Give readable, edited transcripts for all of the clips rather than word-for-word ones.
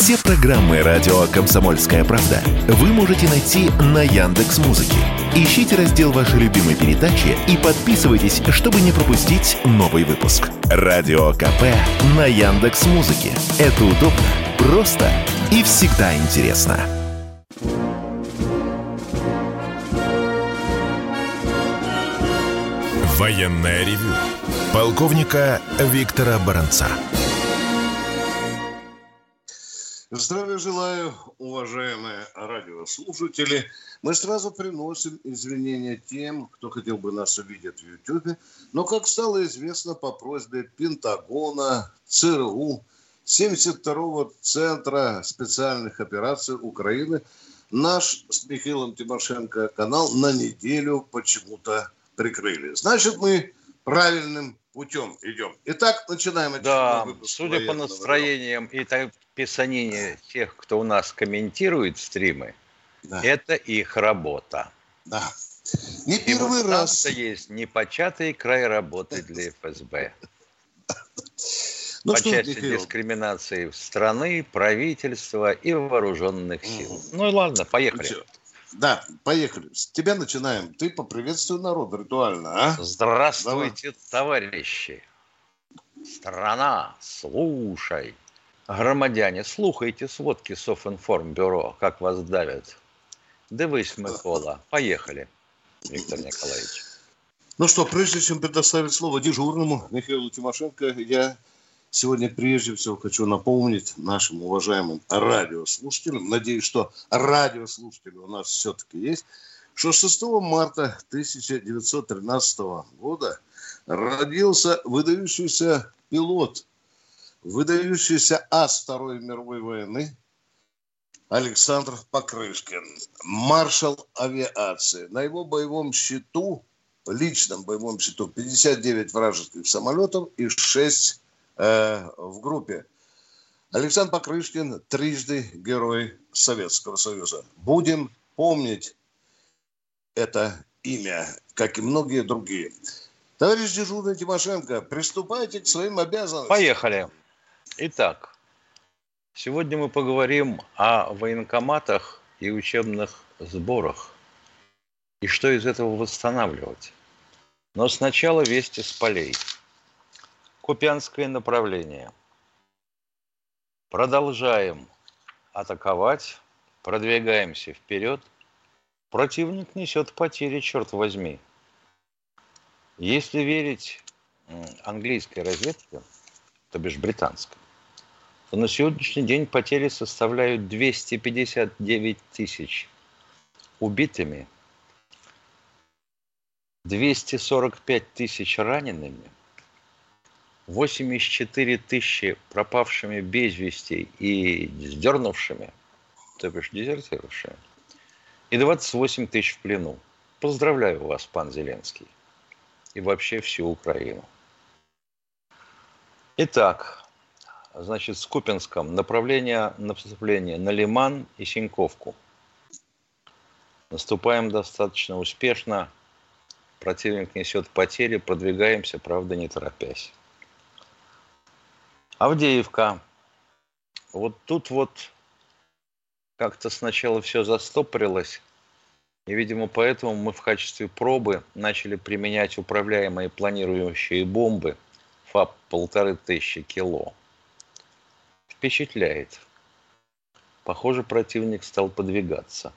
Все программы радио «Комсомольская правда» вы можете найти на Яндекс.Музыке. Ищите раздел вашей любимой передачи и подписывайтесь, чтобы не пропустить новый выпуск. Радио КП на Яндекс.Музыке. Это удобно, просто и всегда интересно. Военное ревю полковника Виктора Баранца. Здравия желаю, уважаемые радиослушатели. Мы сразу приносим извинения тем, кто хотел бы нас увидеть в Ютубе. Но, как стало известно, по просьбе Пентагона, ЦРУ, 72-го Центра специальных операций Украины, наш с Михаилом Тимошенко канал на неделю почему-то прикрыли. Значит, мы правильным путем идем. Итак, начинаем очередной выпуск. Судя по настроениям и писанине тех, кто у нас комментирует стримы, это их работа. Да. Не первый раз. Там-то есть непочатый край работы для ФСБ. По части дискриминации страны, правительства и вооруженных сил. Ну и ладно, поехали. Да, поехали. С тебя начинаем. Ты поприветствуй народ ритуально, а? Здравствуйте, товарищи. Страна, слушай. Громадяне, слухайте сводки Софинформбюро, как вас давят. Дивись, Микола. Поехали, Виктор Николаевич. Ну что, прежде чем предоставить слово дежурному Михаилу Тимошенко, я сегодня прежде всего хочу напомнить нашим уважаемым радиослушателям, надеюсь, что радиослушатели у нас все-таки есть, что 6 марта 1913 года родился выдающийся пилот, выдающийся ас Второй мировой войны Александр Покрышкин, маршал авиации. На его боевом счету, личном боевом счету, 59 вражеских самолетов и 6 в группе. Александр Покрышкин трижды Герой Советского Союза. Будем помнить это имя, как и многие другие. Товарищ дежурный Тимошенко, приступайте к своим обязанностям. Поехали. Итак, сегодня мы поговорим о военкоматах и учебных сборах. И что из этого восстанавливать. Но сначала вести с полей. Купянское направление. Продолжаем атаковать, продвигаемся вперед. Противник несет потери, черт возьми. Если верить английской разведке, то бишь британской, то на сегодняшний день потери составляют 259 тысяч убитыми, 245 тысяч ранеными, 84 тысячи пропавшими без вести и сдернувшими, то бишь дезертировавшими, и 28 тысяч в плену. Поздравляю вас, пан Зеленский, и вообще всю Украину. Итак, значит, в Купянском направление наступления на Лиман и Синьковку. Наступаем достаточно успешно, противник несет потери, продвигаемся, правда, не торопясь. Авдеевка. Вот тут вот как-то сначала все застопорилось, и, видимо, поэтому мы в качестве пробы начали применять управляемые планирующие бомбы ФАП 1500 кило. Впечатляет. Похоже, противник стал подвигаться.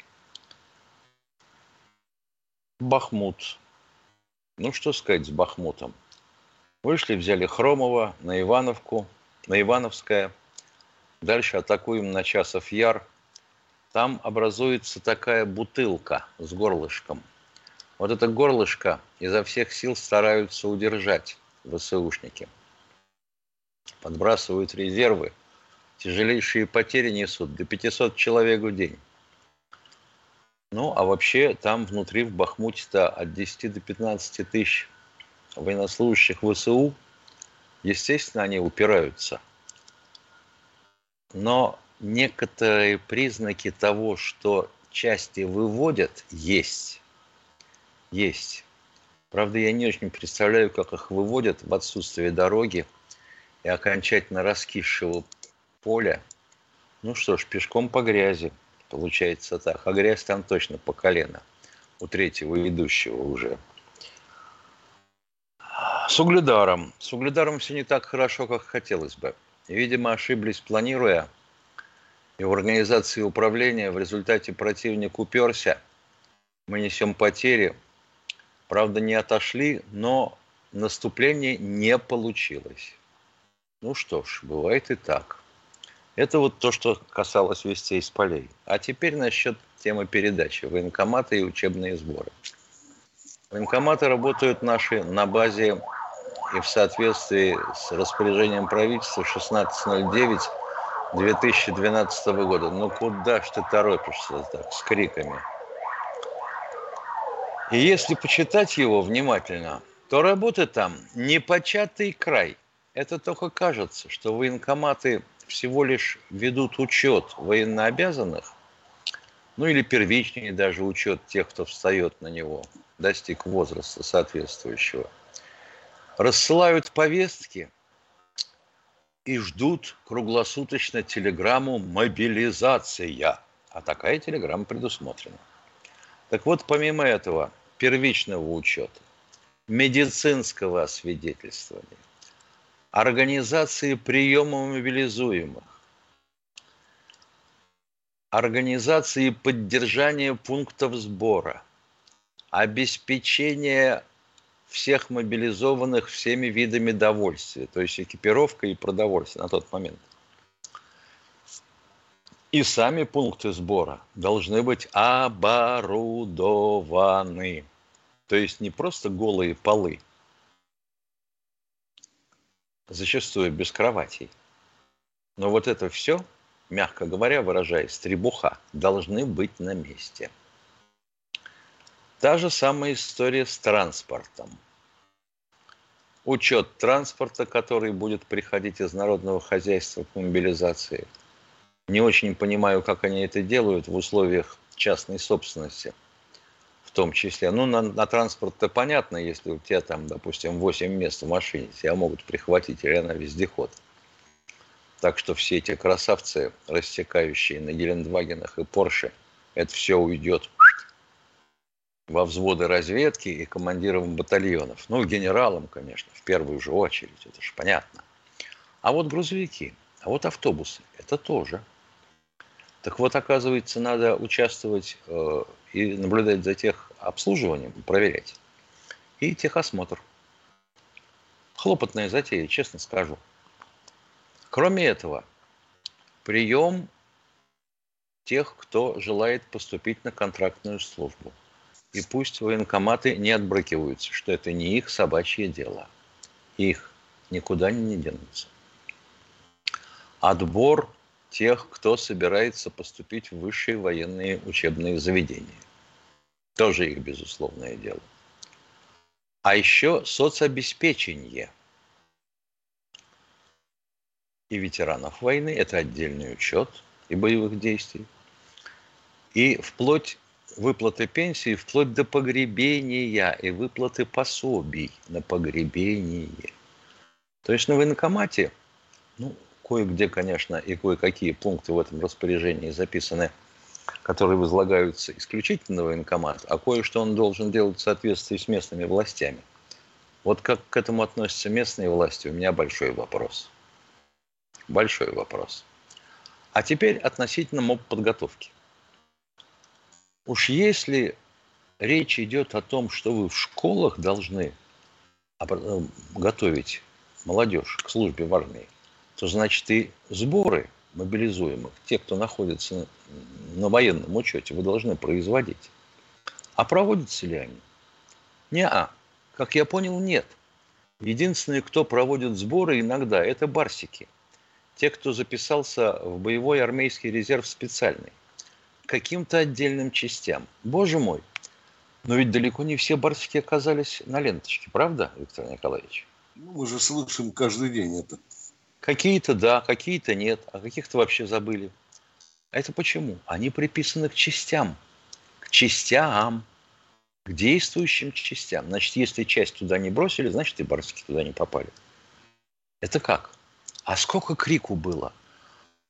Бахмут. Ну, что сказать с Бахмутом? Вышли, взяли Хромово, на Ивановку, на Ивановское. Дальше атакуем на Часов Яр. Там образуется такая бутылка с горлышком. Вот это горлышко изо всех сил стараются удержать ВСУшники. Подбрасывают резервы. Тяжелейшие потери несут, до 500 человек в день. Ну, а вообще там внутри в Бахмуте-то от 10 до 15 тысяч военнослужащих ВСУ. Естественно, они упираются. Но некоторые признаки того, что части выводят, есть. Есть. Правда, я не очень представляю, как их выводят в отсутствие дороги и окончательно раскисшего поля Ну что ж, пешком по грязи. Получается так. А грязь там точно по колено. У третьего идущего уже. С Угледаром. С Угледаром все не так хорошо, как хотелось бы. Видимо, ошиблись, планируя. И в организации управления в результате противник уперся. Мы несем потери. Правда, не отошли, но наступление не получилось. Ну что ж, бывает и так. Это вот то, что касалось вестей с полей. А теперь насчет темы передачи. Военкоматы и учебные сборы. Военкоматы работают наши на базе и в соответствии с распоряжением правительства 16.09.2012 года. Ну куда ж ты торопишься так, с криками? И если почитать его внимательно, то работы там непочатый край. Это только кажется, что военкоматы всего лишь ведут учет военнообязанных, ну или первичный даже учет тех, кто встает на него, достиг возраста соответствующего. Рассылают повестки и ждут круглосуточно телеграмму «Мобилизация». А такая телеграмма предусмотрена. Так вот, помимо этого, первичного учета, медицинского освидетельствования, организации приема мобилизуемых, организации поддержания пунктов сбора, обеспечения всех мобилизованных всеми видами довольствия, то есть экипировка и продовольствие на тот момент. И сами пункты сбора должны быть оборудованы. То есть не просто голые полы, зачастую без кроватей. Но вот это все, мягко говоря, выражаясь, требуха, должны быть на месте. Та же самая история с транспортом. Учет транспорта, который будет приходить из народного хозяйства к мобилизации. Не очень понимаю, как они это делают в условиях частной собственности, в том числе. Ну, на транспорт-то понятно, если у тебя там, допустим, 8 мест в машине, тебя могут прихватить, или на вездеход. Так что все эти красавцы, рассекающие на Гелендвагенах и Порше, это все уйдет во взводы разведки и командирам батальонов. Ну, генералам, конечно, в первую же очередь, это же понятно. А вот грузовики, а вот автобусы, это тоже. Так вот, оказывается, надо участвовать и наблюдать за техобслуживанием, проверять. И техосмотр. Хлопотная затея, честно скажу. Кроме этого, прием тех, кто желает поступить на контрактную службу. И пусть военкоматы не отбрыкиваются, что это не их собачье дело. Их никуда не денутся. Отбор тех, кто собирается поступить в высшие военные учебные заведения. Тоже их безусловное дело. А еще соцобеспечение. И ветеранов войны, это отдельный учет и боевых действий. И вплоть выплаты пенсии, вплоть до погребения и выплаты пособий на погребение. То есть на военкомате, ну, кое-где, конечно, и кое-какие пункты в этом распоряжении записаны, которые возлагаются исключительно на военкомат, а кое-что он должен делать в соответствии с местными властями. Вот как к этому относятся местные власти, у меня большой вопрос. Большой вопрос. А теперь относительно моб-подготовки. Уж если речь идет о том, что вы в школах должны готовить молодежь к службе в армии, то значит и сборы мобилизуемых, те, кто находится на военном учете, вы должны производить. А проводятся ли они? Не-а. Как я понял, нет. Единственные, кто проводит сборы иногда, это барсики. Те, кто записался в боевой армейский резерв специальный. Каким-то отдельным частям. Боже мой. Но ведь далеко не все барсики оказались на ленточке. Правда, Виктор Николаевич? Ну, мы же слышим каждый день это. Какие-то да, какие-то нет. А каких-то вообще забыли. А это почему? Они приписаны к частям. К частям. К действующим частям. Значит, если часть туда не бросили, значит и барсики туда не попали. Это как? А сколько крику было?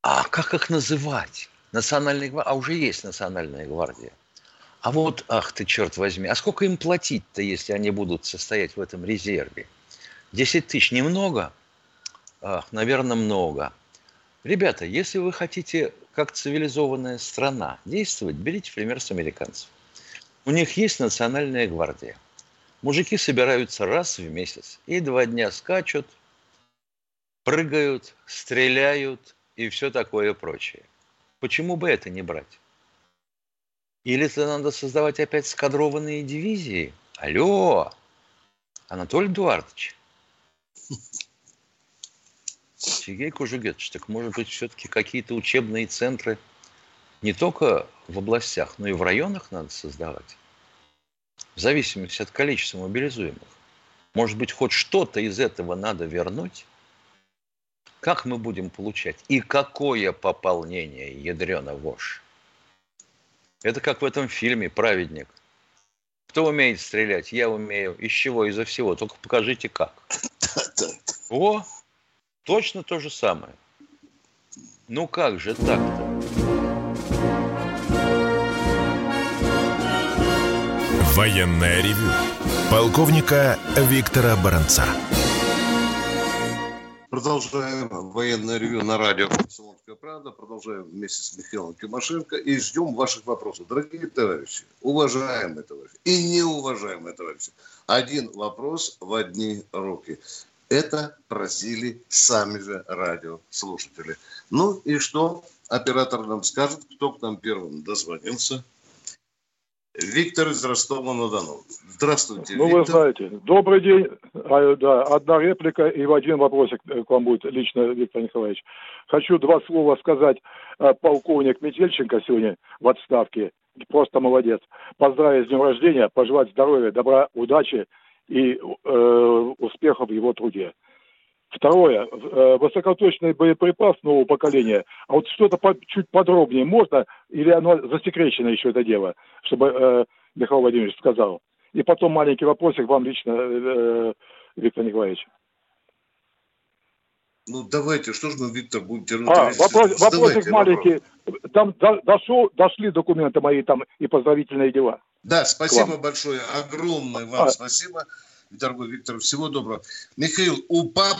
А как их называть? Национальная гвардия. А уже есть национальная гвардия. А вот, ах ты, черт возьми, а сколько им платить-то, если они будут состоять в этом резерве? 10 тысяч немного? Ах, наверное, много. Ребята, если вы хотите, как цивилизованная страна, действовать, берите пример с американцев. У них есть национальная гвардия. Мужики собираются раз в месяц и 2 дня скачут, прыгают, стреляют и все такое прочее. Почему бы это не брать? Или это надо создавать опять скадрованные дивизии? Алло, Анатолий Эдуардович. Сергей Кужугетович, так может быть все-таки какие-то учебные центры не только в областях, но и в районах надо создавать? В зависимости от количества мобилизуемых. Может быть, хоть что-то из этого надо вернуть? Как мы будем получать? И какое пополнение, ядрёна вошь? Это как в этом фильме «Праведник». Кто умеет стрелять? Я умею. Из чего? Изо всего. Только покажите как. О, точно то же самое. Ну как же так-то? Военное ревю полковника Виктора Баранца. Продолжаем военное ревю на радио «Комсомольская правда». Продолжаем вместе с Михаилом Тимошенко и ждем ваших вопросов. Дорогие товарищи, уважаемые товарищи и неуважаемые товарищи, один вопрос в одни руки. Это просили сами же радиослушатели. Ну и что оператор нам скажет, кто к нам первым дозвонился? Виктор из Ростова-на-Дону. Здравствуйте, Ну, Виктор. вы знаете, добрый день. Да, одна реплика и в один вопросик к вам будет лично, Виктор Николаевич. Хочу 2 слова сказать. Полковник Метельченко сегодня в отставке. Просто молодец. Поздравить с днем рождения, пожелать здоровья, добра, удачи и успехов в его труде. Второе. Высокоточный боеприпас нового поколения. А вот что-то чуть подробнее можно? Или оно засекречено еще это дело? Чтобы Михаил Владимирович сказал. И потом маленький вопросик вам лично, Виктор Николаевич. Ну, давайте, что же мы, Виктор, будем тянуть? Вопросик маленький. Там дошли документы мои там и поздравительные дела. Да, спасибо большое. Огромное вам спасибо, дорогой Виктор. Всего доброго. Михаил, УПАП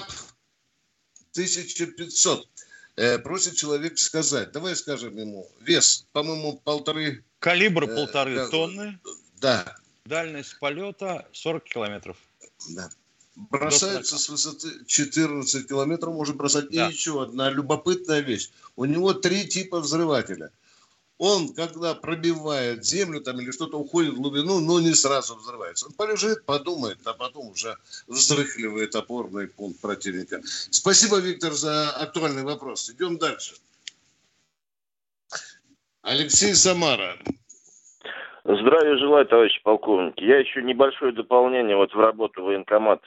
1500. Просит человек сказать. Давай скажем ему. Вес, по-моему, 1,5... Калибр 1,5 тонны. Да. Дальность полета 40 километров. Да. Бросается с высоты 14 километров, может бросать. Да. И еще одна любопытная вещь. У него 3 типа взрывателя. Он, когда пробивает землю там или что-то уходит в глубину, но не сразу взрывается. Он полежит, подумает, а потом уже взрыхливает опорный пункт противника. Спасибо, Виктор, за актуальный вопрос. Идем дальше. Алексей, Самара. Здравия желаю, товарищи полковники. Я еще небольшое дополнение вот в работу военкоматов.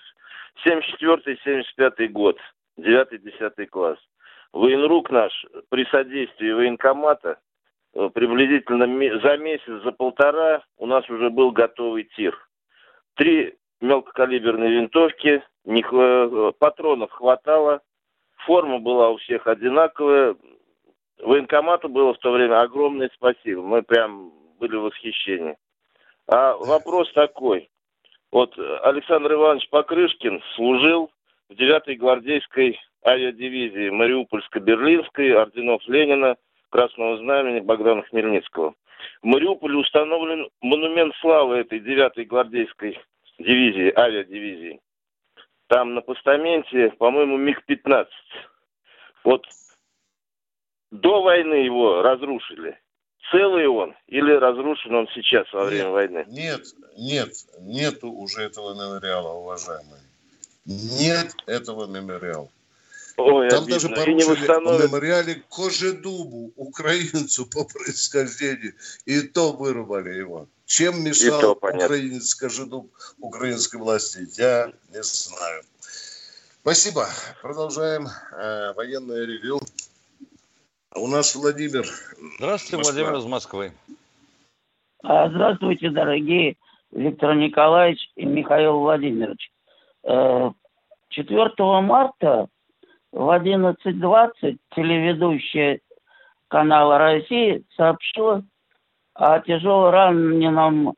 74-75 год, 9-10 класс. Военрук наш при содействии военкомата приблизительно за месяц, за 1,5 у нас уже был готовый тир. 3 мелкокалиберные винтовки, патронов хватало, форма была у всех одинаковая. Военкомату было в то время огромное спасибо. Мы прям были в восхищении. А вопрос такой. Вот Александр Иванович Покрышкин служил в 9-й гвардейской авиадивизии Мариупольско-Берлинской, орденов Ленина, Красного Знамени, Богдана Хмельницкого. В Мариуполе установлен монумент славы этой 9-й гвардейской дивизии, авиадивизии. Там на постаменте, по-моему, МиГ-15. Вот до войны его разрушили. Целый он или разрушен он сейчас во время войны? Нету уже этого мемориала, уважаемые. Нет этого мемориала. Ой, там обидно. даже поручили в мемориале Кожедубу, украинцу по происхождению, и то вырубали его. Чем мешал украинец Кожедуб украинской власти, я не знаю. Спасибо. Продолжаем военное ревью. У нас Владимир. Здравствуйте, Москва. Владимир из Москвы. Здравствуйте, дорогие Виктор Николаевич и Михаил Владимирович. 4 марта в 11:20 телеведущая канала «России» сообщила о тяжелораненом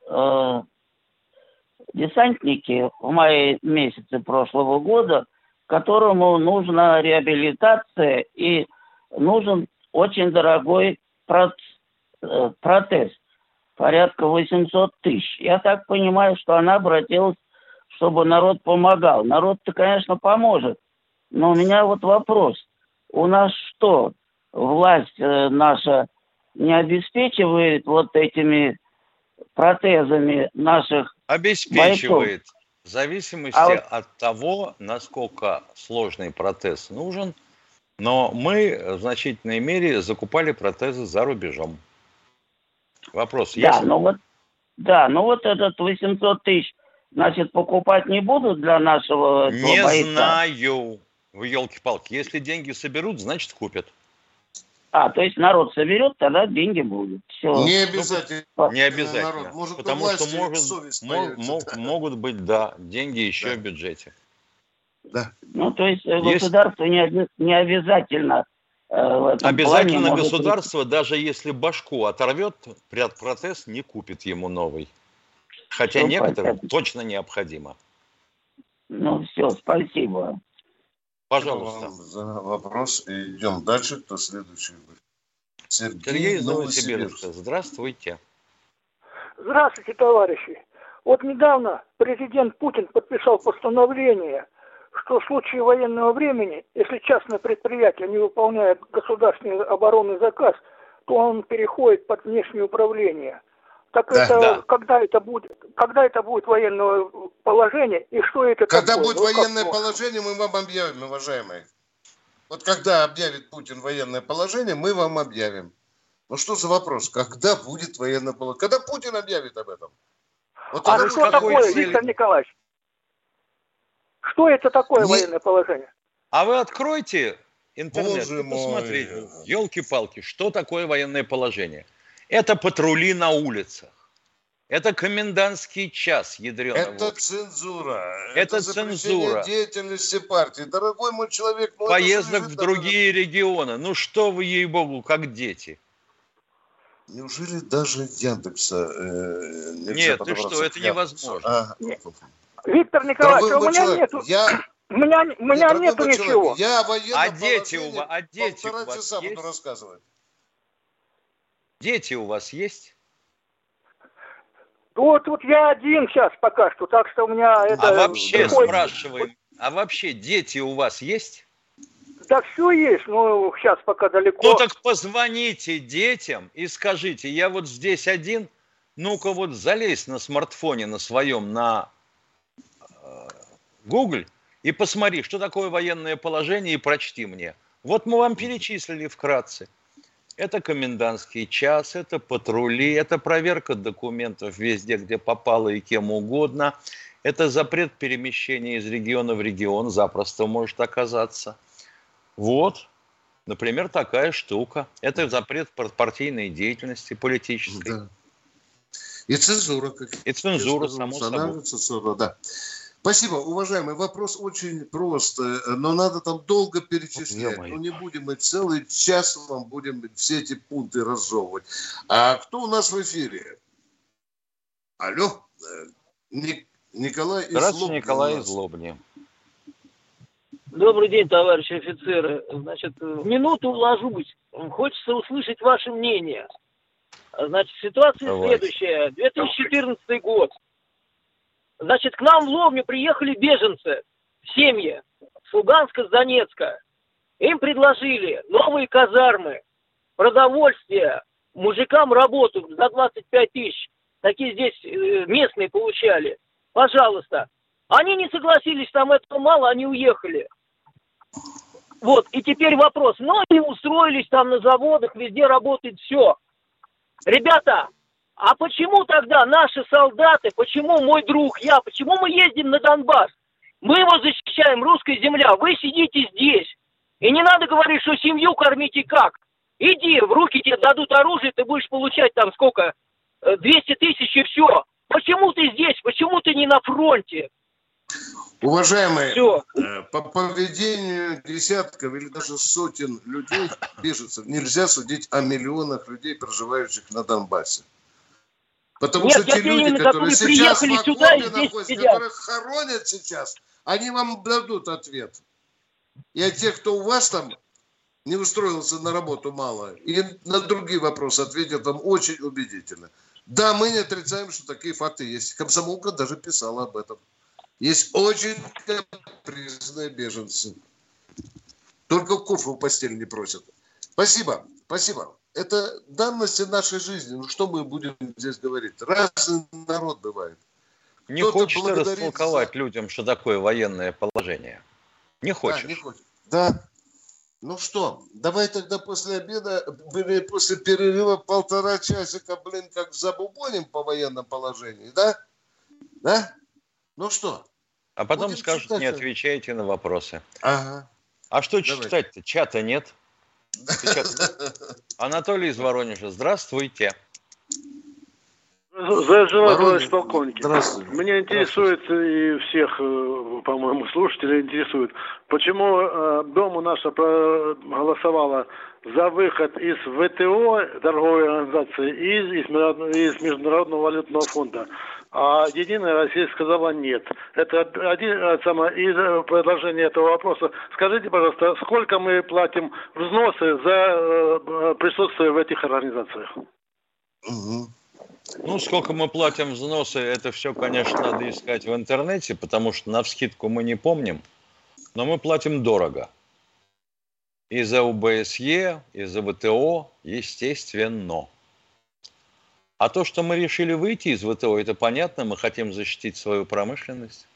десантнике в мае месяце прошлого года, которому нужна реабилитация и нужен очень дорогой протез, порядка 800 тысяч. Я так понимаю, что она обратилась, чтобы народ помогал. Народ-то, конечно, поможет. Но у меня вот вопрос. У нас что, власть наша не обеспечивает вот этими протезами наших Обеспечивает. бойцов? В зависимости от того, насколько сложный протез нужен. Но мы в значительной мере закупали протезы за рубежом. Вопрос ясен? Ну вот этот 800 тысяч, значит, покупать не будут для нашего Не бойца? знаю. Вы елки-палки. Если деньги соберут, значит купят. То есть народ соберет, тогда деньги будут. Все. Не обязательно. Не обязательно. Народ. Может, потому что могут быть, да, деньги еще в бюджете. Да. Ну, то есть государство не обязательно в этом обязательно плане государство, даже если башку оторвет, протез не купит ему новый. Хотя некоторым точно необходимо. Ну, все, спасибо. Пожалуйста. За вопрос. Идем дальше. Кто следующий? Сергей из Новосибирска. Здравствуйте. Здравствуйте, товарищи. Вот недавно президент Путин подписал постановление, что в случае военного времени, если частное предприятие не выполняет государственный оборонный заказ, то он переходит под внешнее управление. Так да. Когда это будет военное положение и что это когда такое? Будет военное положение, мы вам объявим, уважаемые. Вот когда объявит Путин военное положение, мы вам объявим. Ну что за вопрос? Когда будет военное положение? Когда Путин объявит об этом? Вот что такое, Виктор Николаевич? Что это такое военное положение? А вы откройте интернет и посмотрите. Елки-палки, что такое военное положение? Это патрули на улицах. Это комендантский час, ядрёный. Это цензура. Это цензура. Деятельности партии. Дорогой мой человек. Поездок в другие регионы. Ну что вы, ей-богу, как дети. Неужели даже Яндекса нет, ты что, это невозможно. Виктор Николаевич, у меня нету... У меня нету ничего. Я военное дети у вас часа буду рассказывать. Дети у вас есть? Вот я один сейчас пока что, так что у меня это... А вообще дети у вас есть? Да все есть, но сейчас пока далеко. Ну так позвоните детям и скажите, я вот здесь один, ну-ка вот залезь на смартфоне на своем, на Google и посмотри, что такое военное положение и прочти мне. Вот мы вам перечислили вкратце. Это комендантский час, это патрули, это проверка документов везде, где попало и кем угодно. Это запрет перемещения из региона в регион, запросто может оказаться. Вот, например, такая штука. Это запрет партийной деятельности политической. Да. И цензура. И цензура, само собой. Цензура, да. Спасибо, уважаемый. Вопрос очень прост, но надо там долго перечислять. Ну, не будем мы целый час вам будем все эти пункты разжевывать. А кто у нас в эфире? Алло, Николай из Лобни. Здравствуйте, Николай из Лобни. Добрый день, товарищи офицеры. Значит, в минуту уложусь. Хочется услышать ваше мнение. Значит, ситуация следующая. 2014 год. Значит, к нам в Лобню приехали беженцы, семьи, с Луганска, с Донецка. Им предложили новые казармы, продовольствие, мужикам работу за 25 тысяч. Такие здесь местные получали. Пожалуйста. Они не согласились, там этого мало, они уехали. Вот, и теперь вопрос. Многие устроились там на заводах, везде работает все. Ребята, а почему тогда наши солдаты, почему мой друг, я, почему мы ездим на Донбасс? Мы его защищаем, русская земля, вы сидите здесь. И не надо говорить, что семью кормите как. Иди, в руки тебе дадут оружие, ты будешь получать там сколько? 200 тысяч и все. Почему ты здесь? Почему ты не на фронте? Уважаемые, Все. по поведению десятков или даже сотен людей, беженцев, нельзя судить о миллионах людей, проживающих на Донбассе. Потому Нет, что те люди, именно, которые сейчас в сюда и окопе здесь находятся, сидят. которых хоронят сейчас, они вам дадут ответ. И о тех, кто у вас там не устроился на работу мало, и на другие вопросы ответят вам очень убедительно. Да, мы не отрицаем, что такие факты есть. Комсомолка даже писала об этом. Есть очень капризные беженцы. Только кофе в постель не просят. Спасибо, спасибо. Это данности нашей жизни. Ну что мы будем здесь говорить? Разный народ бывает. Не хочется растолковать людям, что такое военное положение. Не хочешь. Да, не хочешь. Да. Ну что, давай тогда после обеда, после перерыва 1,5 часика, как забубоним по военному положению, да? Да? Ну что? А потом скажут, читать, не отвечаете на вопросы. Ага. А что читать-то? Чата нет. Анатолий из Воронежа, здравствуйте. Желаю, товарищ полковник. Меня интересует, и всех, по-моему, слушателей интересует, почему Дума наша проголосовала за выход из ВТО, торговой организации, и из Международного валютного фонда. А Единая Россия сказала нет. Это из предложения этого вопроса. Скажите, пожалуйста, сколько мы платим взносы за присутствие в этих организациях? Угу. Ну, сколько мы платим взносы, это все, конечно, надо искать в интернете, потому что навскидку мы не помним, но мы платим дорого. И за ОБСЕ, и за ВТО, естественно. А то, что мы решили выйти из ВТО, это понятно, мы хотим защитить свою промышленность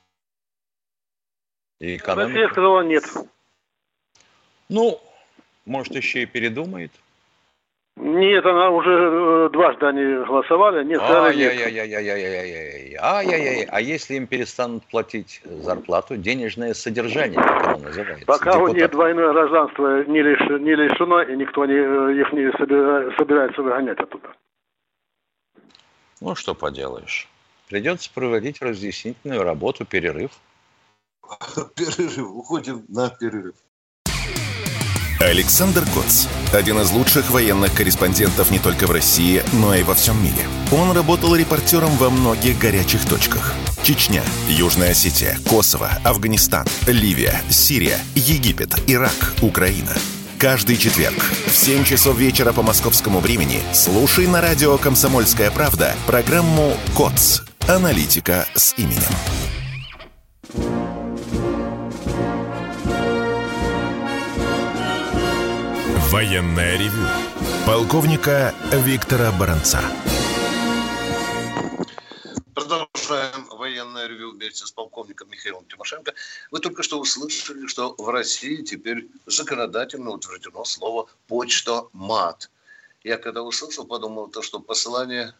и экономику. Россия сказала нет. Ну, может, еще и передумает. Нет, она уже дважды они голосовали, не сказали нет. А если им перестанут платить зарплату, денежное содержание, как оно называется? Пока у них двойное гражданство не лишено, и никто их не собирается выгонять оттуда. Ну, что поделаешь. Придется проводить разъяснительную работу, перерыв. Перерыв. Уходим на перерыв. Александр Коц. Один из лучших военных корреспондентов не только в России, но и во всем мире. Он работал репортером во многих горячих точках. Чечня, Южная Осетия, Косово, Афганистан, Ливия, Сирия, Египет, Ирак, Украина. Каждый четверг в 7 часов вечера по московскому времени слушай на радио «Комсомольская правда» программу «КОЦ. Аналитика с именем». Военное ревю полковника Виктора Баранца. Продолжаем военное ревю вместе с полковником Михаилом Тимошенко. Вы только что услышали, что в России теперь законодательно утверждено слово «почта-мат». Я когда услышал, подумал, то, что посылание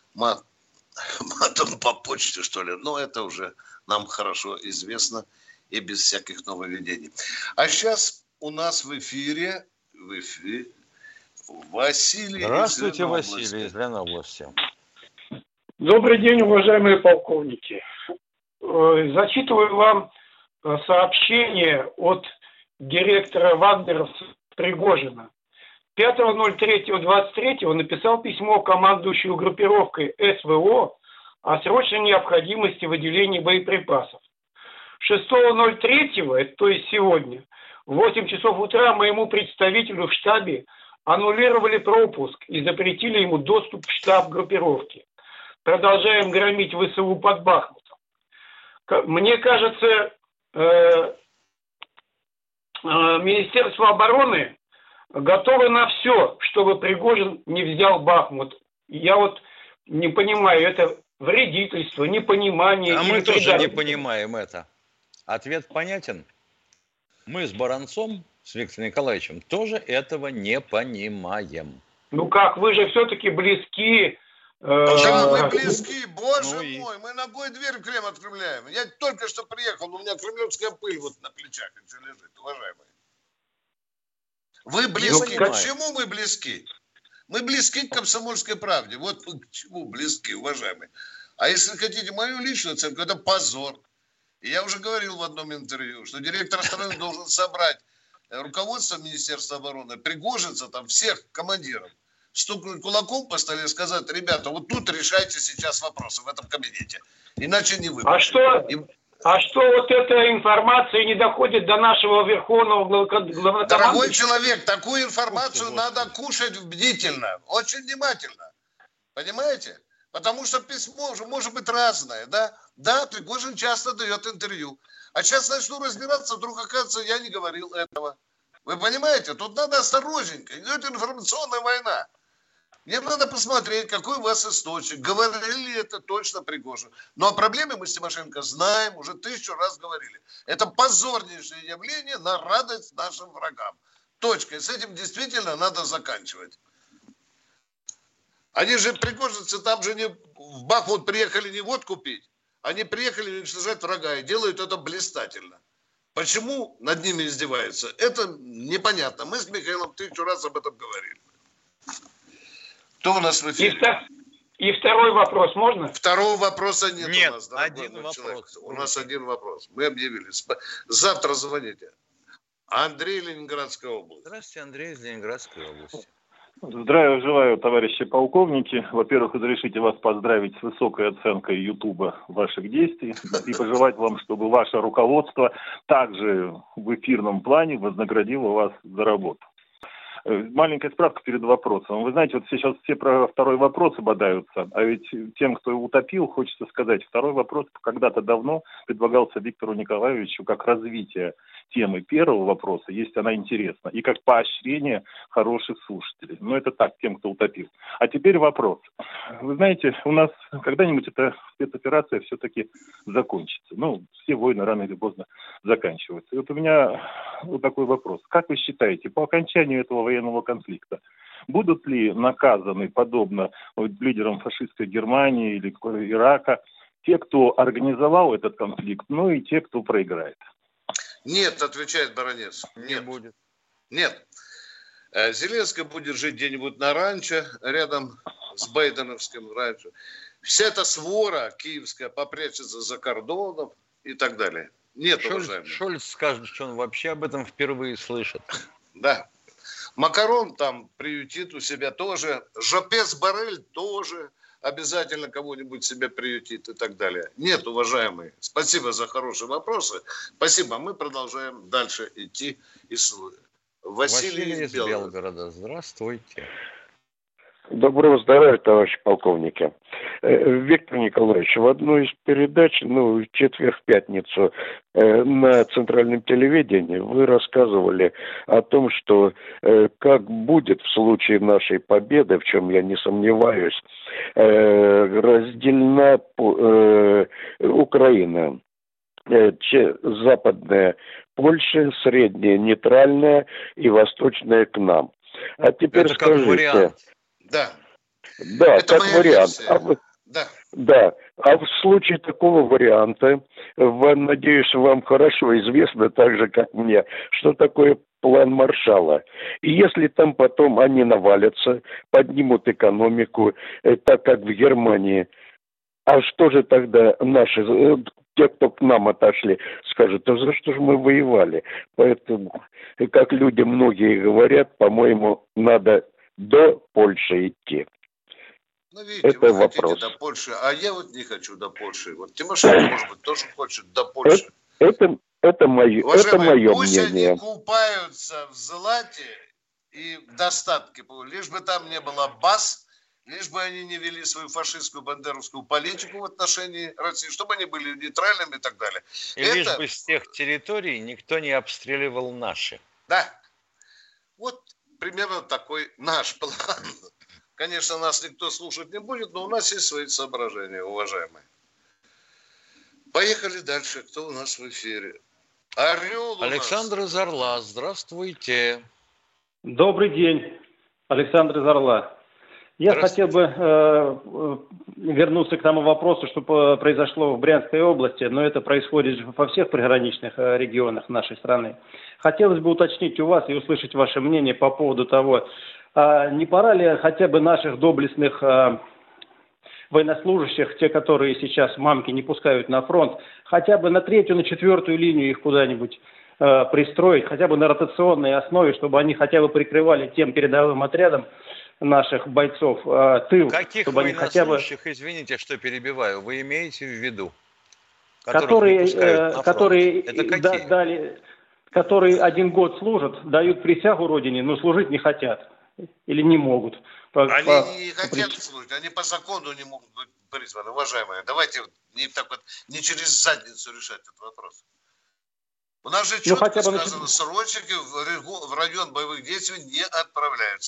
матом по почте, что ли. Но это уже нам хорошо известно и без всяких нововведений. А сейчас у нас в эфире Василий. Здравствуйте, Василий из Ленобласти. Добрый день, уважаемые полковники. Зачитываю вам сообщение от директора Вагнеровцев Пригожина. 5.03.23 написал письмо командующему группировкой СВО о срочной необходимости выделения боеприпасов. 6.03, то есть сегодня, в 8 часов утра моему представителю в штабе аннулировали пропуск и запретили ему доступ в штаб группировки. Продолжаем громить ВСУ под Бахмутом. Мне кажется, Министерство обороны готово на все, чтобы Пригожин не взял Бахмут. Я вот не понимаю, это вредительство, непонимание. А мы тоже не понимаем это. Ответ понятен. Мы с Баранцом, с Виктором Николаевичем, тоже этого не понимаем. Ну как, вы же все-таки близки. Да, мы близки, боже мой, мы ногой дверь в Кремль открываем. Я только что приехал, у меня кремлевская пыль вот на плечах еще лежит, уважаемые. Вы близки. К чему мы близки? Мы близки к комсомольской правде. Вот к чему близки, уважаемые. А если хотите мою личную оценку, это позор. И я уже говорил в одном интервью, что директор страны должен собрать руководство Министерства обороны, Пригожинца, там всех командиров, стукнуть кулаком по столе и сказать: ребята, вот тут решайте сейчас вопросы в этом кабинете, иначе не выпустим. А что вот эта информация не доходит до нашего верховного главнокомандующего? Дорогой человек, такую информацию надо кушать бдительно, очень внимательно. Понимаете? Потому что письмо уже может быть разное, да? Да, Пригожин часто дает интервью. А сейчас начну разбираться, вдруг оказывается, я не говорил этого. Вы понимаете? Тут надо осторожненько. Идет информационная война. Мне надо посмотреть, какой у вас источник. Говорили ли это точно Пригожин. Но о проблеме мы с Тимошенко знаем, уже 1000 раз говорили. Это позорнейшее явление на радость нашим врагам. Точка. И с этим действительно надо заканчивать. Они же, пригожинцы, там же не в Бахмут приехали не водку пить, они приехали уничтожать врага и делают это блистательно. Почему над ними издеваются? Это непонятно. Мы с Михаилом 1000 раз об этом говорили. Кто у нас в эфире? И второй вопрос можно? Второго вопроса нет у нас, дорогой мой человек. У нас один вопрос. Мы объявили. Завтра звоните. Андрей, Ленинградская область. Здравствуйте, Андрей из Ленинградской области. Здравия желаю, товарищи полковники. Во-первых, разрешите вас поздравить с высокой оценкой Ютуба ваших действий и пожелать вам, чтобы ваше руководство также в эфирном плане вознаградило вас за работу. Маленькая справка перед вопросом. Вы знаете, вот сейчас все про второй вопрос бодаются, а ведь тем, кто его утопил, хочется сказать, второй вопрос когда-то давно предлагался Виктору Николаевичу как развитие темы первого вопроса, если она интересна, и как поощрение хороших слушателей. Но это так, тем, кто утопил. А теперь вопрос. Вы знаете, у нас когда-нибудь эта спецоперация все-таки закончится. Ну, все войны рано или поздно заканчиваются. И вот у меня вот такой вопрос. Как вы считаете, по окончанию этого военного конфликта будут ли наказаны, подобно лидерам фашистской Германии или Ирака, те, кто организовал этот конфликт, ну и те, кто проиграет? Нет, отвечает баронец. Не будет. Нет. Зеленский будет жить где-нибудь на ранчо, рядом с Байденовским ранчо. Вся эта свора киевская попрячется за кордоном и так далее. Нет, уважаемые. Шольц скажет, что он вообще об этом впервые слышит. Да. Макарон там приютит у себя тоже. Жопес Боррель тоже обязательно кого-нибудь себе приютит и так далее. Нет, уважаемые. Спасибо за хорошие вопросы. Спасибо. Мы продолжаем дальше идти и слушать. Василий из Белгорода. Здравствуйте. Доброго здоровья, товарищи полковники. Виктор Николаевич, в одной из передач, в четверг, в пятницу, на центральном телевидении вы рассказывали о том, что как будет в случае нашей победы, в чем я не сомневаюсь, разделена Украина. Западная Польша, средняя нейтральная и восточная к нам. А теперь это скажите... Как вариант. Да. Да, это как вариант. Да. Да. А в случае такого варианта, надеюсь, вам хорошо известно, так же, как мне, что такое план Маршалла. И если там потом они навалятся, поднимут экономику, так как в Германии, а что же тогда наши, те, кто к нам отошли, скажут: а за что же мы воевали? Поэтому, как люди многие говорят, по-моему, надо до Польши идти. Ну, видите, это вы вопрос. Хотите до Польши, а я вот не хочу до Польши. Вот Тимошенко, может быть, тоже хочет до Польши. Это мое пусть мнение. Они купаются в злате и в достатке, лишь бы там не было баз, лишь бы они не вели свою фашистскую бандеровскую политику в отношении России, чтобы они были нейтральными и так далее. И лишь бы с тех территорий никто не обстреливал наши. Да. Вот примерно такой наш план. Конечно, нас никто слушать не будет, но у нас есть свои соображения, уважаемые. Поехали дальше. Кто у нас в эфире? Орел Александр из Орла. Здравствуйте. Добрый день. Александр из Орла. Я хотел бы вернуться к тому вопросу, что произошло в Брянской области, но это происходит во всех приграничных регионах нашей страны. Хотелось бы уточнить у вас и услышать ваше мнение по поводу того, не пора ли хотя бы наших доблестных военнослужащих, те, которые сейчас мамки не пускают на фронт, хотя бы на 3-ю, на 4-ю линию их куда-нибудь пристроить, хотя бы на ротационной основе, чтобы они хотя бы прикрывали тем передовым отрядам наших бойцов тыл. Каких чтобы они хотя бы... извините, что перебиваю, вы имеете в виду? Которые дали, которые 1 год служат, дают присягу Родине, но служить не хотят или не могут. Они не хотят служить, они по закону не могут быть призваны, уважаемые. Давайте не через задницу решать этот вопрос. У нас же четко сказано, срочники в район боевых действий не отправляются.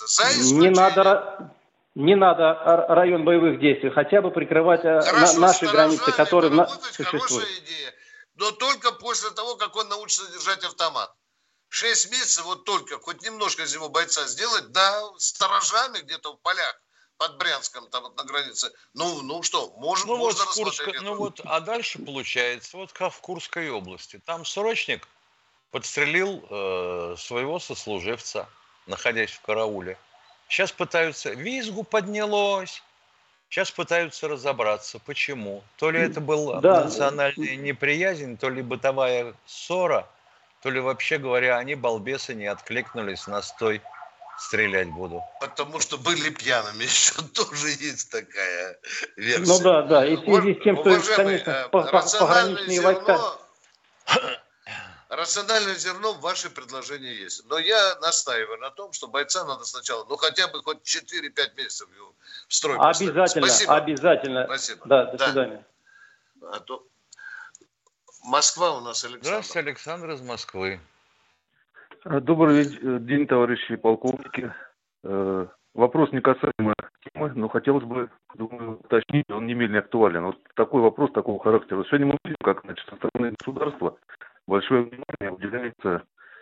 Не надо район боевых действий, хотя бы прикрывать наши границы, которые существуют. Хорошая идея, но только после того, как он научится держать автомат. 6 месяцев вот только, хоть немножко из него бойца сделать, да, сторожами где-то в полях под Брянском, там вот на границе. Ну что, можно рассмотреть это. А дальше получается, вот как в Курской области. Там срочник подстрелил своего сослуживца, находясь в карауле. Сейчас пытаются, визгу поднялось. Сейчас пытаются разобраться, почему. То ли это была национальная неприязнь, то ли бытовая ссора, то ли, вообще говоря, они, балбесы, не откликнулись на «стой, стрелять буду». Потому что были пьяными, еще тоже есть такая версия. Ну да, и в связи с тем, что, конечно, пограничные войска... Рациональное зерно в ваши предложения есть. Но я настаиваю на том, что бойца надо сначала, хотя бы хоть 4-5 месяцев в строй поставить. Обязательно. Спасибо. Да, до свидания. А то... Москва у нас, Александр. Здравствуйте, Александр из Москвы. Добрый день, товарищи полковники. Вопрос не касаемо темы, но хотелось бы, думаю, уточнить, он не менее актуален. Вот такой вопрос такого характера. Сегодня мы видим, как, значит, со стороны государства большое внимание уделяется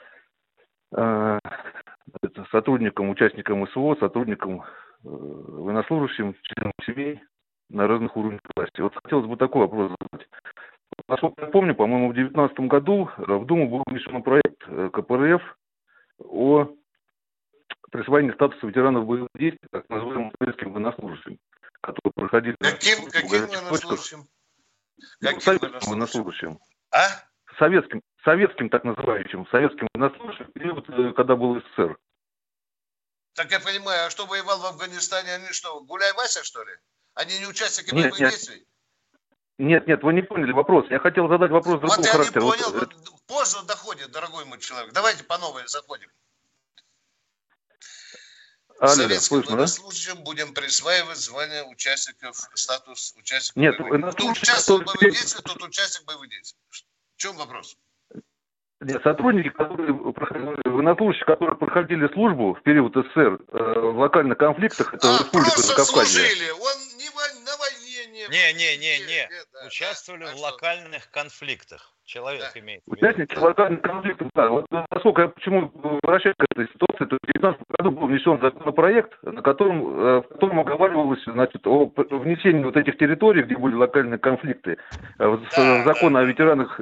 сотрудникам, участникам СВО, сотрудникам, военнослужащим, членам семей на разных уровнях власти. Вот хотелось бы такой вопрос задать. Насколько я помню, по-моему, в 2019 году в Думу был внесен проект КПРФ о присвоении статуса ветеранов боевых действий так называемым советским военнослужащим, которые проходили... Каким военнослужащим? Советским военнослужащим. А? Советским так называемым, советским военнослужащим, период, когда был СССР. Так я понимаю, а что воевал в Афганистане, они что, Гуляй-Вася, что ли? Они не участники боевых действий? Нет, вы не поняли вопрос. Я хотел задать вопрос другого характера. Вот я не понял. Поздно доходит, дорогой мой человек. Давайте по новой заходим. Советским военнослужащим будем присваивать звание участников, статус участников боевых действий. Кто участвует в боевых действиях, тот участник боевых действий. В чем вопрос? Нет, сотрудники, военнослужащие, которые проходили службу в период СССР в локальных конфликтах, это республика Закавказье. Служили. Он не на войне, не. Участвовали в локальных конфликтах. Человек имеет в виду. Участники локальных конфликтов, да. Вот насколько я почему возвращаюсь к этой ситуации, то в 2019 году был внесен законопроект, в котором оговаривалось, значит, о внесении вот этих территорий, где были локальные конфликты, в закон о ветеранах.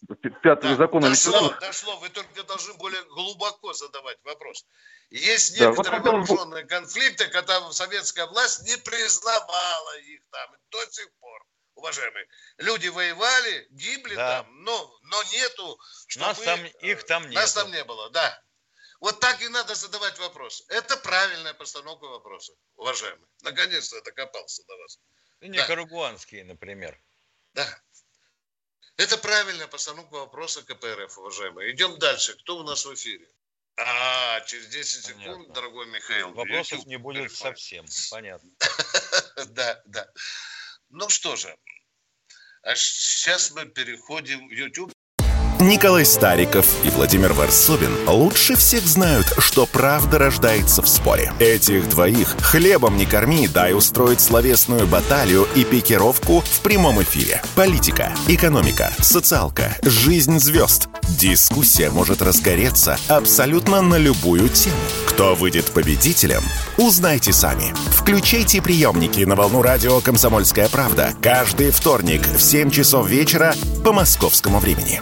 Дошло, вы только должны более глубоко задавать вопрос. Есть некоторые вооруженные конфликты, когда советская власть не признавала их там до сих пор, уважаемые. Люди воевали, гибли там, но нету, их там нет. Нас там не было, да. Вот так и надо задавать вопрос. Это правильная постановка вопроса, уважаемые. Наконец-то я докопался до вас. Никарагуанские, например. Да. Это правильная постановка вопроса КПРФ, уважаемые. Идем дальше. Кто у нас в эфире? Через 10 секунд, понятно. Дорогой Михаил. Вопросов не будет совсем. Понятно. Да. Ну что же. А сейчас мы переходим в YouTube. Николай Стариков и Владимир Варсобин лучше всех знают, что правда рождается в споре. Этих двоих хлебом не корми, дай устроить словесную баталию и пикировку в прямом эфире. Политика, экономика, социалка, жизнь звезд. Дискуссия может разгореться абсолютно на любую тему. Кто выйдет победителем, узнайте сами. Включайте приемники на волну радио «Комсомольская правда» каждый вторник в 7 часов вечера по московскому времени.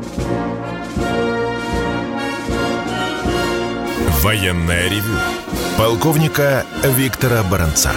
Военное ревю Полковника Виктора Баранца.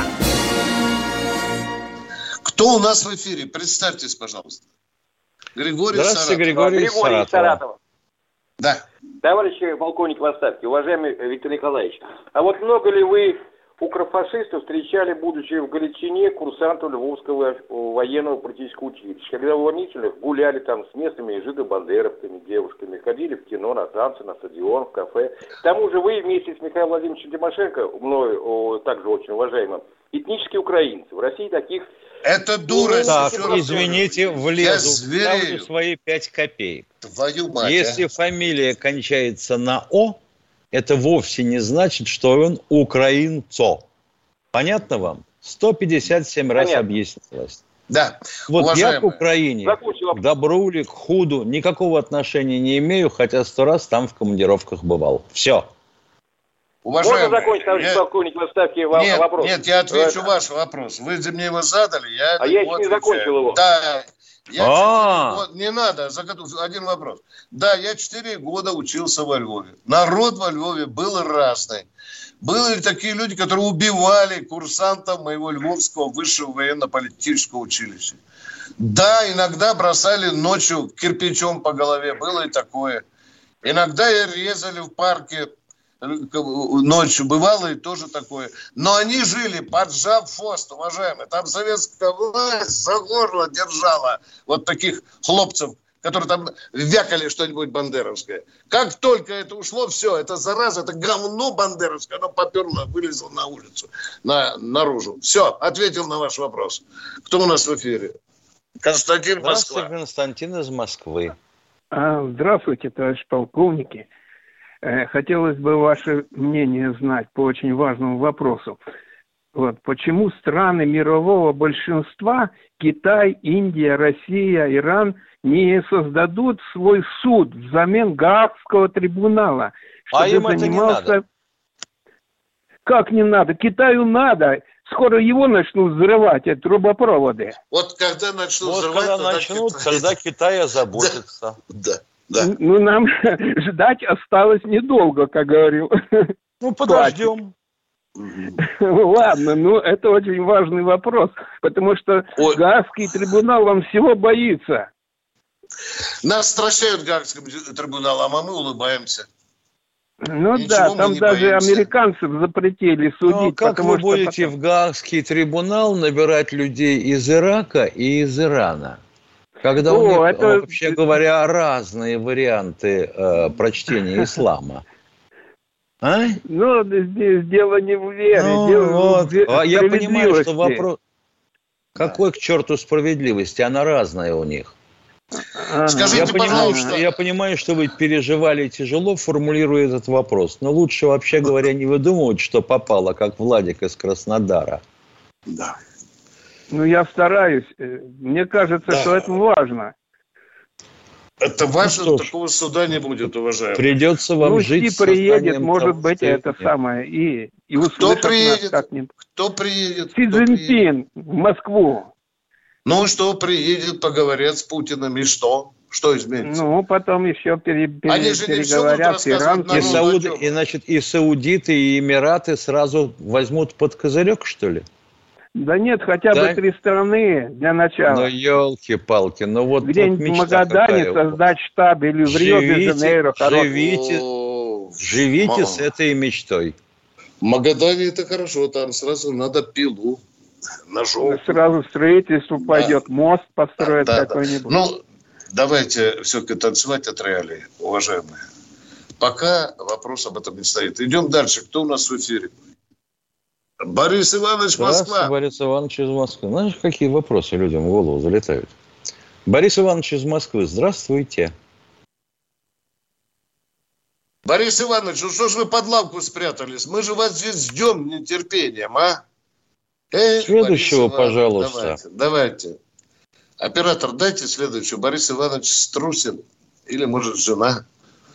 Кто у нас в эфире? Представьтесь, пожалуйста. Григорий Здравствуйте, Саратов. Григорий Саратов. Да. Товарищи полковник в отставке, уважаемый Виктор Николаевич, а вот много ли вы укрофашистов встречали, будучи в Галичине, курсантов Львовского военного политического училища, когда в Воронителях гуляли там с местными жидобандеровками, девушками, ходили в кино, на танцы, на стадион, в кафе. К тому же вы вместе с Михаилом Владимировичем Тимошенко, мною также очень уважаемым, этнические украинцы. В России таких... Это дурость. Так, извините, влезу. Ставлю свои 5 копеек. Твою мать. Если фамилия кончается на «о», это вовсе не значит, что он украинцо. Понятно вам? 157 раз объяснилось. Да. Вот уважаемые. Я к Украине, к добру или к худу никакого отношения не имею, хотя 100 раз там в командировках бывал. Все. Уважаемые, можно закончить, товарищ полковник, в отставке вопрос? Нет, я отвечу ваш вопрос. Вы мне его задали, я еще не закончил его. Да. Не надо, один вопрос. Да, я 4 года учился во Львове. Народ во Львове был разный. Были такие люди, которые убивали курсантов моего Львовского высшего военно-политического училища. Да, иногда бросали ночью кирпичом по голове. Было и такое. Иногда и резали в парке ночью. Бывало и тоже такое. Но они жили, поджав хвост, уважаемые. Там советская власть за горло держала вот таких хлопцев, которые там вякали что-нибудь бандеровское. Как только это ушло, все, это зараза, это говно бандеровское, оно поперло, вылезло на улицу, наружу. Все, ответил на ваш вопрос. Кто у нас в эфире? Константин, Москва. Здравствуйте, Константин из Москвы. Здравствуйте, товарищ полковники. Хотелось бы ваше мнение знать по очень важному вопросу. Вот, почему страны мирового большинства, Китай, Индия, Россия, Иран, не создадут свой суд взамен Гаагского трибунала, чтобы им это не надо. Как не надо? Китаю надо. Скоро его начнут взрывать, эти трубопроводы. Вот когда начнут взрывать... тогда Китай озаботится. Да. Ну, нам ждать осталось недолго, как говорил. Ну, подождем. Ладно, это очень важный вопрос, потому что Гаагский трибунал, он всего боится. Нас стращают Гаагским трибуналом, а мы улыбаемся. Ну да, там даже американцев запретили судить. Как вы будете в Гаагский трибунал набирать людей из Ирака и из Ирана? Когда у них, вообще говоря, разные варианты прочтения ислама. Ну, здесь дело не в вере, дело в справедливости. Я понимаю, что вопрос... Какой к черту справедливости? Она разная у них. Скажите, пожалуйста... Я понимаю, что вы переживали тяжело, формулируя этот вопрос. Но лучше, вообще говоря, не выдумывать, что попало, как Владик из Краснодара. Да. Ну, я стараюсь. Мне кажется, что это важно. Это важно, такого суда не будет, уважаемый. Придется вам жить с приедет, может быть, это самое. И Кто приедет? Кто приедет? Си Цзиньпин в Москву. Ну, что приедет, поговорят с Путиным, и что? Что изменится? Ну, потом еще переговорят с Ираном. И саудиты, и Эмираты сразу возьмут под козырек, что ли? Да нет, хотя бы 3 страны для начала. Ну, елки-палки, вот где-нибудь в Магадане создать штаб или в Рио-де-Жанейро. Живите с этой мечтой. В Магадане это хорошо, там сразу надо пилу, ножом. Сразу строительство пойдет, мост построят какой-нибудь. Ну, давайте все-таки танцевать от реалий, уважаемые. Пока вопрос об этом не стоит. Идем дальше. Кто у нас в эфире? Борис Иванович, Москва. Борис Иванович из Москвы. Знаешь, какие вопросы людям в голову залетают? Борис Иванович из Москвы, здравствуйте. Борис Иванович, ну что ж вы под лавку спрятались? Мы же вас здесь ждем нетерпением, а? Следующего, пожалуйста. Давайте. Оператор, дайте следующего. Борис Иванович Струсин. Или, может, жена.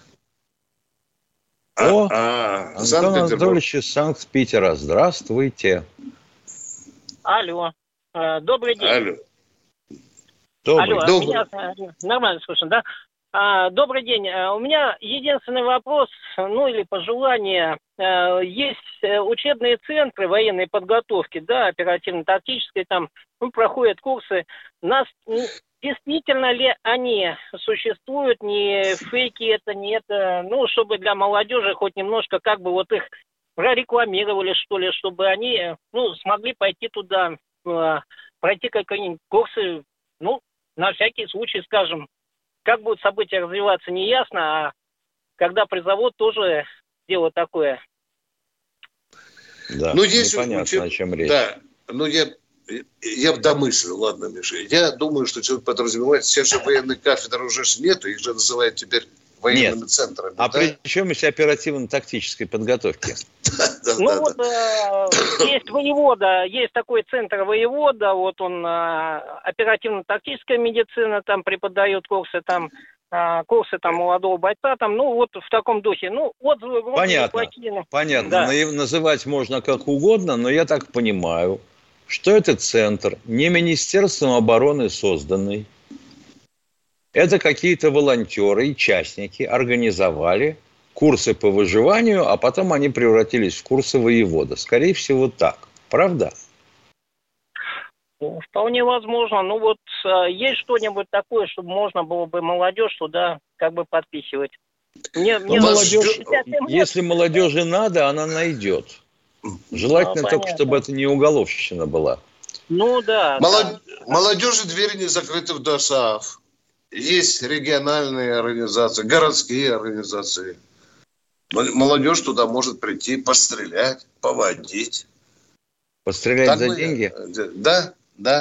Антон Анатольевич из Санкт-Питера. Здравствуйте. Алло. Добрый день. Алло. Добрый. Меня нормально слышно, да? Добрый день. У меня единственный вопрос, или пожелание. Есть учебные центры военной подготовки, да, оперативно-тактической, там проходят курсы. Действительно ли они существуют, не фейки это, не это, чтобы для молодежи хоть немножко их прорекламировали, что ли, чтобы они, смогли пойти туда, пройти какие-нибудь курсы, на всякий случай, скажем. Как будут события развиваться, не ясно, а когда призовут, тоже дело такое. Да, непонятно, о чем речь. Да, я домыслю, ладно, Миша. Я думаю, что человек подразумевает, сейчас же военной кафедры уже нету, их же называют теперь военными центрами. А при чем здесь оперативно-тактической подготовки? Есть воевода, есть такой центр воевода, вот он оперативно-тактическая медицина, там преподает курсы, молодого бойца, в таком духе. Отзывы Понятно. Да. Называть можно как угодно, но я так понимаю, что этот центр не Министерством обороны созданный. Это какие-то волонтеры и частники организовали курсы по выживанию, а потом они превратились в курсы воевода. Скорее всего, так. Правда? Вполне возможно. Есть что-нибудь такое, чтобы можно было бы молодежь туда подписывать. Если молодежи надо, она найдет. Желательно только, чтобы это не уголовщина была. Молодежи двери не закрыты в ДОСААФ. Есть региональные организации, городские организации. Молодежь туда может прийти, пострелять, поводить. Пострелять за деньги? Да.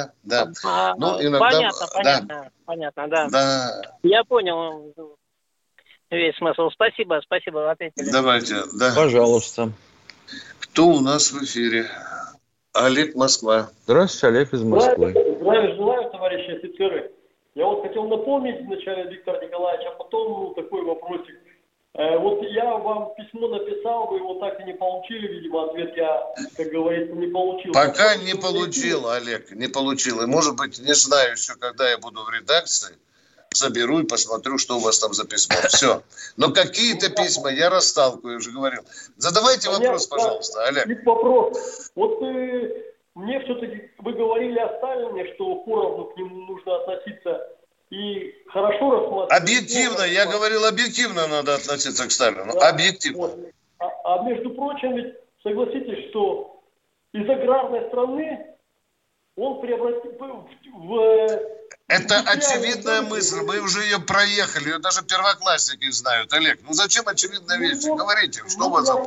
Иногда... Понятно, да. Я понял весь смысл. Спасибо, вы ответили. Давайте, да. Пожалуйста. Кто у нас в эфире? Олег, Москва. Здравствуйте, Олег из Москвы. Здравия желаю, товарищи офицеры. Я хотел напомнить вначале, Виктор Николаевич, а потом такой вопросик. Я вам письмо написал, вы его так и не получили, видимо, ответ я, как говорится, не получил. Пока не получил, Олег, не получил. И, может быть, не знаю еще, когда я буду в редакции, заберу и посмотрю, что у вас там за письмо. Все. Но какие-то письма я расталкиваю, я уже говорил. Задавайте вопрос, пожалуйста, Олег. Вопрос. Мне все-таки, вы говорили о Сталине, что поровну к нему нужно относиться и хорошо рассматривать. Объективно, я говорил, объективно надо относиться к Сталину. Да. Объективно. А между прочим, ведь согласитесь, что из аграрной страны он превратил в... Это очевидная мысль, мы уже ее проехали, ее даже первоклассники знают. Олег, зачем очевидная вещь? Говорите, что у вас...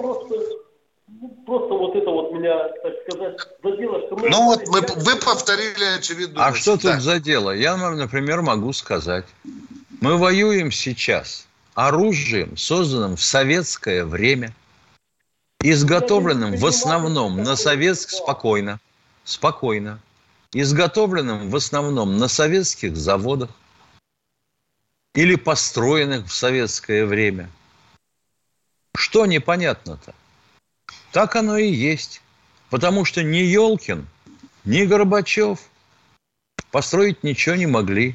Просто это меня, так сказать, задело. Что вы повторили очевидную мысль. А что тут за дело? Я вам, например, могу сказать. Мы воюем сейчас оружием, созданным в советское время, изготовленным в основном на спокойно, изготовленным в основном на советских заводах или построенных в советское время. Что непонятно-то? Так оно и есть. Потому что ни Ёлкин, ни Горбачев построить ничего не могли.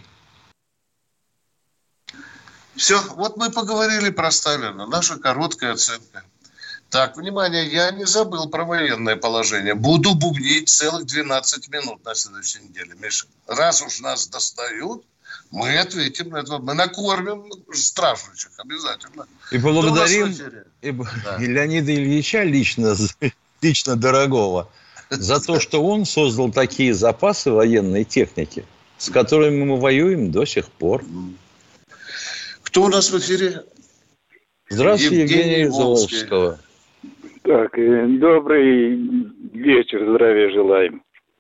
Все, мы поговорили про Сталина. Наша короткая оценка. Так, внимание, я не забыл про военное положение. Буду бубнить целых 12 минут на следующей неделе, Миша. Раз уж нас достают, мы ответим на это. Мы накормим страждущих обязательно. И поблагодарим и Леонида Ильича лично дорогого за то, что он создал такие запасы военной техники, с которыми мы воюем до сих пор. Кто у нас в эфире? Здравствуйте, Евгений из Волжского. Так, добрый вечер, здравия желаем.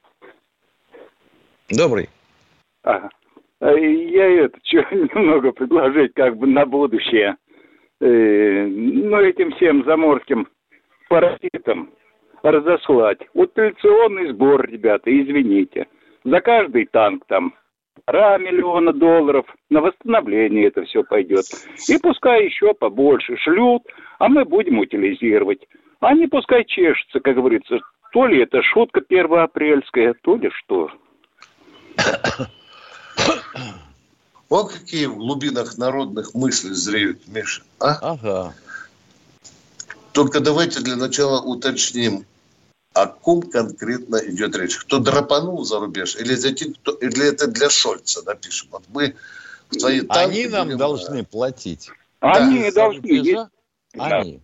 Добрый. Ага. Я немного предложить на будущее. Этим всем заморским паразитам разослать утилизационный сбор, ребята, извините. За каждый танк там $1,5 миллиона на восстановление это все пойдет. И пускай еще побольше шлют, а мы будем утилизировать. Они пускай чешутся, как говорится. То ли это шутка первоапрельская, то ли что. Вот какие в глубинах народных мыслей зреют, Миша. А? Ага. Только давайте для начала уточним, о ком конкретно идет речь. Кто драпанул за рубеж, или это для Шольца напишем. Вот мы в твои танки... Они нам должны платить. Они должны. Они.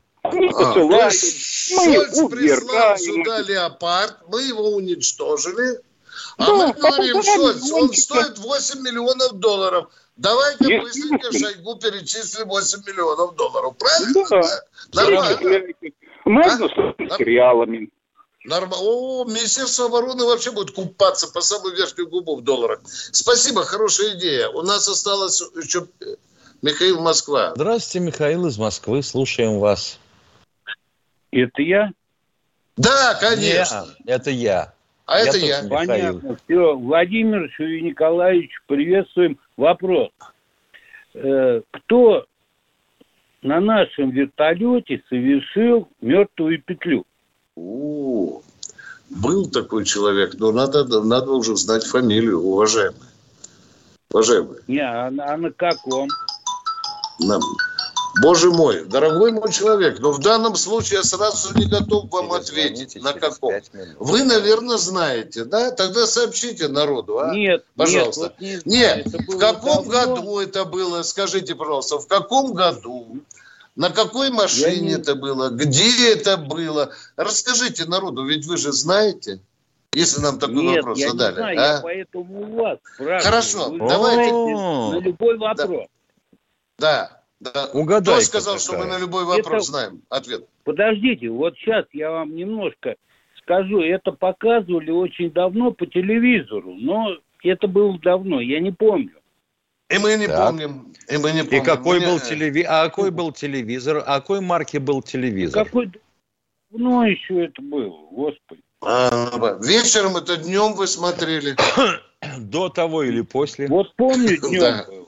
Шольц прислал сюда леопард, мы его уничтожили, а мы говорим, Шольц, он стоит 8 миллионов долларов. Давайте быстренько Шойгу перечислим 8 миллионов долларов. Правильно? Да. Нормально. Можно с материалами. Нормально. Министерство обороны вообще будет купаться по самую верхнюю губу в долларах. Спасибо, хорошая идея. У нас осталось еще Михаил, Москва. Здравствуйте, Михаил из Москвы. Слушаем вас. Это я? Да, конечно. Нет, это я. А это я. Понятно. Все. Владимир Николаевич, приветствуем. Вопрос. Кто на нашем вертолете совершил мертвую петлю? Был такой человек, но надо уже знать фамилию, уважаемый. Не, а на каком? Боже мой, дорогой мой человек, но в данном случае я сразу не готов вам ответить, на каком. Вы, наверное, знаете, да? Тогда сообщите народу, а? Нет, пожалуйста. Нет, в каком году это было? Скажите, пожалуйста, в каком году? На какой машине это было? Где это было? Расскажите народу, ведь вы же знаете, если нам такой вопрос задали. Нет, я не знаю, я поэтому у вас спрашиваю. Хорошо, давайте. На любой вопрос. Да. Угадайте. Кто сказал, что мы на любой вопрос знаем ответ? Подождите, вот сейчас я вам немножко скажу. Это показывали очень давно по телевизору, но это было давно, я не помню. И мы не помним. И какой был телевизор? А какой был телевизор? А какой марки был телевизор? Какой давно еще это было, господи. Вечером это днем вы смотрели? До того или после? Вот помню, днем был.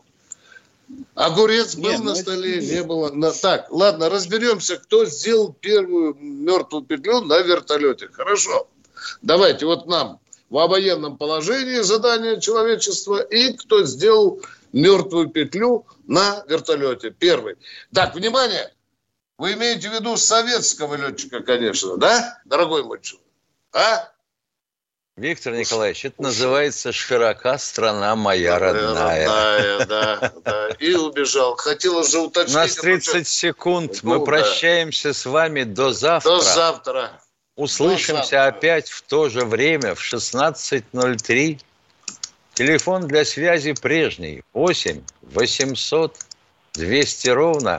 Огурец был на столе, не было. Так, ладно, разберемся, кто сделал первую мертвую петлю на вертолете. Хорошо. Давайте вот нам в военном положении задание человечества и кто сделал мертвую петлю на вертолете. Первый. Так, внимание. Вы имеете в виду советского летчика, конечно, да, дорогой мой человек? А? Виктор Николаевич, это называется «Широка страна моя родная». Да. И убежал. Хотела же уточнить. У нас 30 секунд. Мы прощаемся с вами до завтра. До завтра. Услышимся опять в то же время, в 16:03. Телефон для связи прежний. 8 800 200 ровно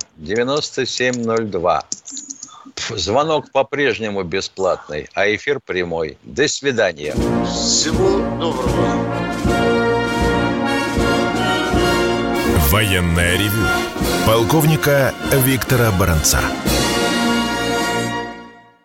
9702. Звонок по-прежнему бесплатный, а эфир прямой. До свидания. Всего доброго. Военное ревю полковника Виктора Баранца.